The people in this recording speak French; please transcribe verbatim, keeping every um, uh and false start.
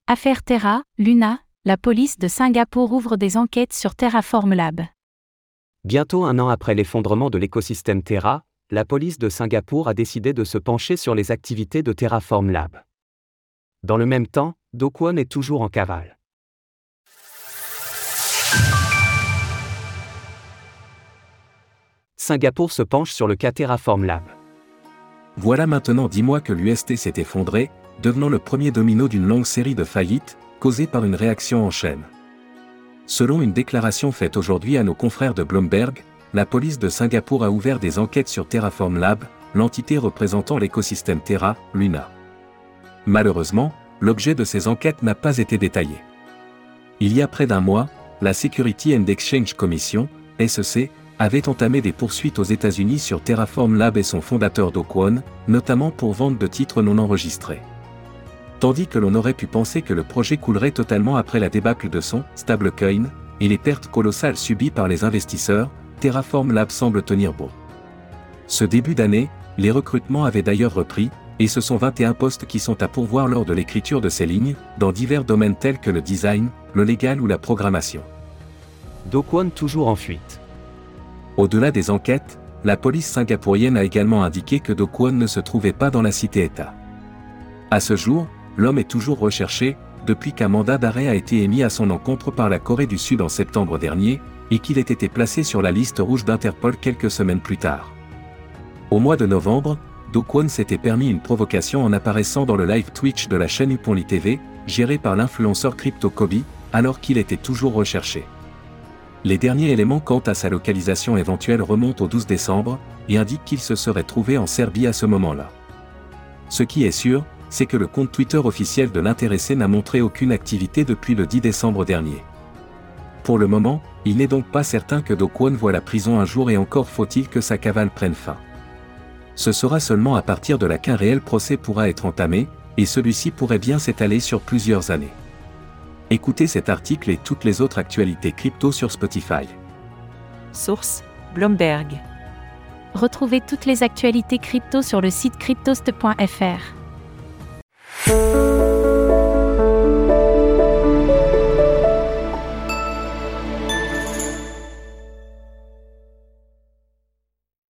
Affaire Terra, Luna, la police de Singapour ouvre des enquêtes sur Terraform Lab. Bientôt un an après l'effondrement de l'écosystème Terra, la police de Singapour a décidé de se pencher sur les activités de Terraform Lab. Dans le même temps, Do Kwon est toujours en cavale. Singapour se penche sur le cas Terraform Lab. Voilà maintenant dix mois que l'U S T s'est effondré, devenant le premier domino d'une longue série de faillites, causées par une réaction en chaîne. Selon une déclaration faite aujourd'hui à nos confrères de Bloomberg, la police de Singapour a ouvert des enquêtes sur Terraform Lab, l'entité représentant l'écosystème Terra, Luna. Malheureusement, l'objet de ces enquêtes n'a pas été détaillé. Il y a près d'un mois, la Security and Exchange Commission, S E C, avait entamé des poursuites aux États-Unis sur Terraform Lab et son fondateur Do Kwon, notamment pour vente de titres non enregistrés. Tandis que l'on aurait pu penser que le projet coulerait totalement après la débâcle de son stablecoin et les pertes colossales subies par les investisseurs, Terraform Lab semble tenir bon. Ce début d'année, les recrutements avaient d'ailleurs repris, et ce sont vingt et un postes qui sont à pourvoir lors de l'écriture de ces lignes, dans divers domaines tels que le design, le légal ou la programmation. Do Kwon toujours en fuite. Au-delà des enquêtes, la police singapourienne a également indiqué que Do Kwon ne se trouvait pas dans la cité-État. À ce jour, l'homme est toujours recherché, depuis qu'un mandat d'arrêt a été émis à son encontre par la Corée du Sud en septembre dernier, et qu'il ait été placé sur la liste rouge d'Interpol quelques semaines plus tard. Au mois de novembre, Do Kwon s'était permis une provocation en apparaissant dans le live Twitch de la chaîne Uponli T V, gérée par l'influenceur Crypto Kobe, alors qu'il était toujours recherché. Les derniers éléments quant à sa localisation éventuelle remontent au douze décembre, et indiquent qu'il se serait trouvé en Serbie à ce moment-là. Ce qui est sûr, c'est que le compte Twitter officiel de l'intéressé n'a montré aucune activité depuis le dix décembre dernier. Pour le moment, il n'est donc pas certain que Do Kwon voie la prison un jour et encore faut-il que sa cavale prenne fin. Ce sera seulement à partir de là qu'un réel procès pourra être entamé, et celui-ci pourrait bien s'étaler sur plusieurs années. Écoutez cet article et toutes les autres actualités crypto sur Spotify. Source: Bloomberg. Retrouvez toutes les actualités crypto sur le site cryptost point f r.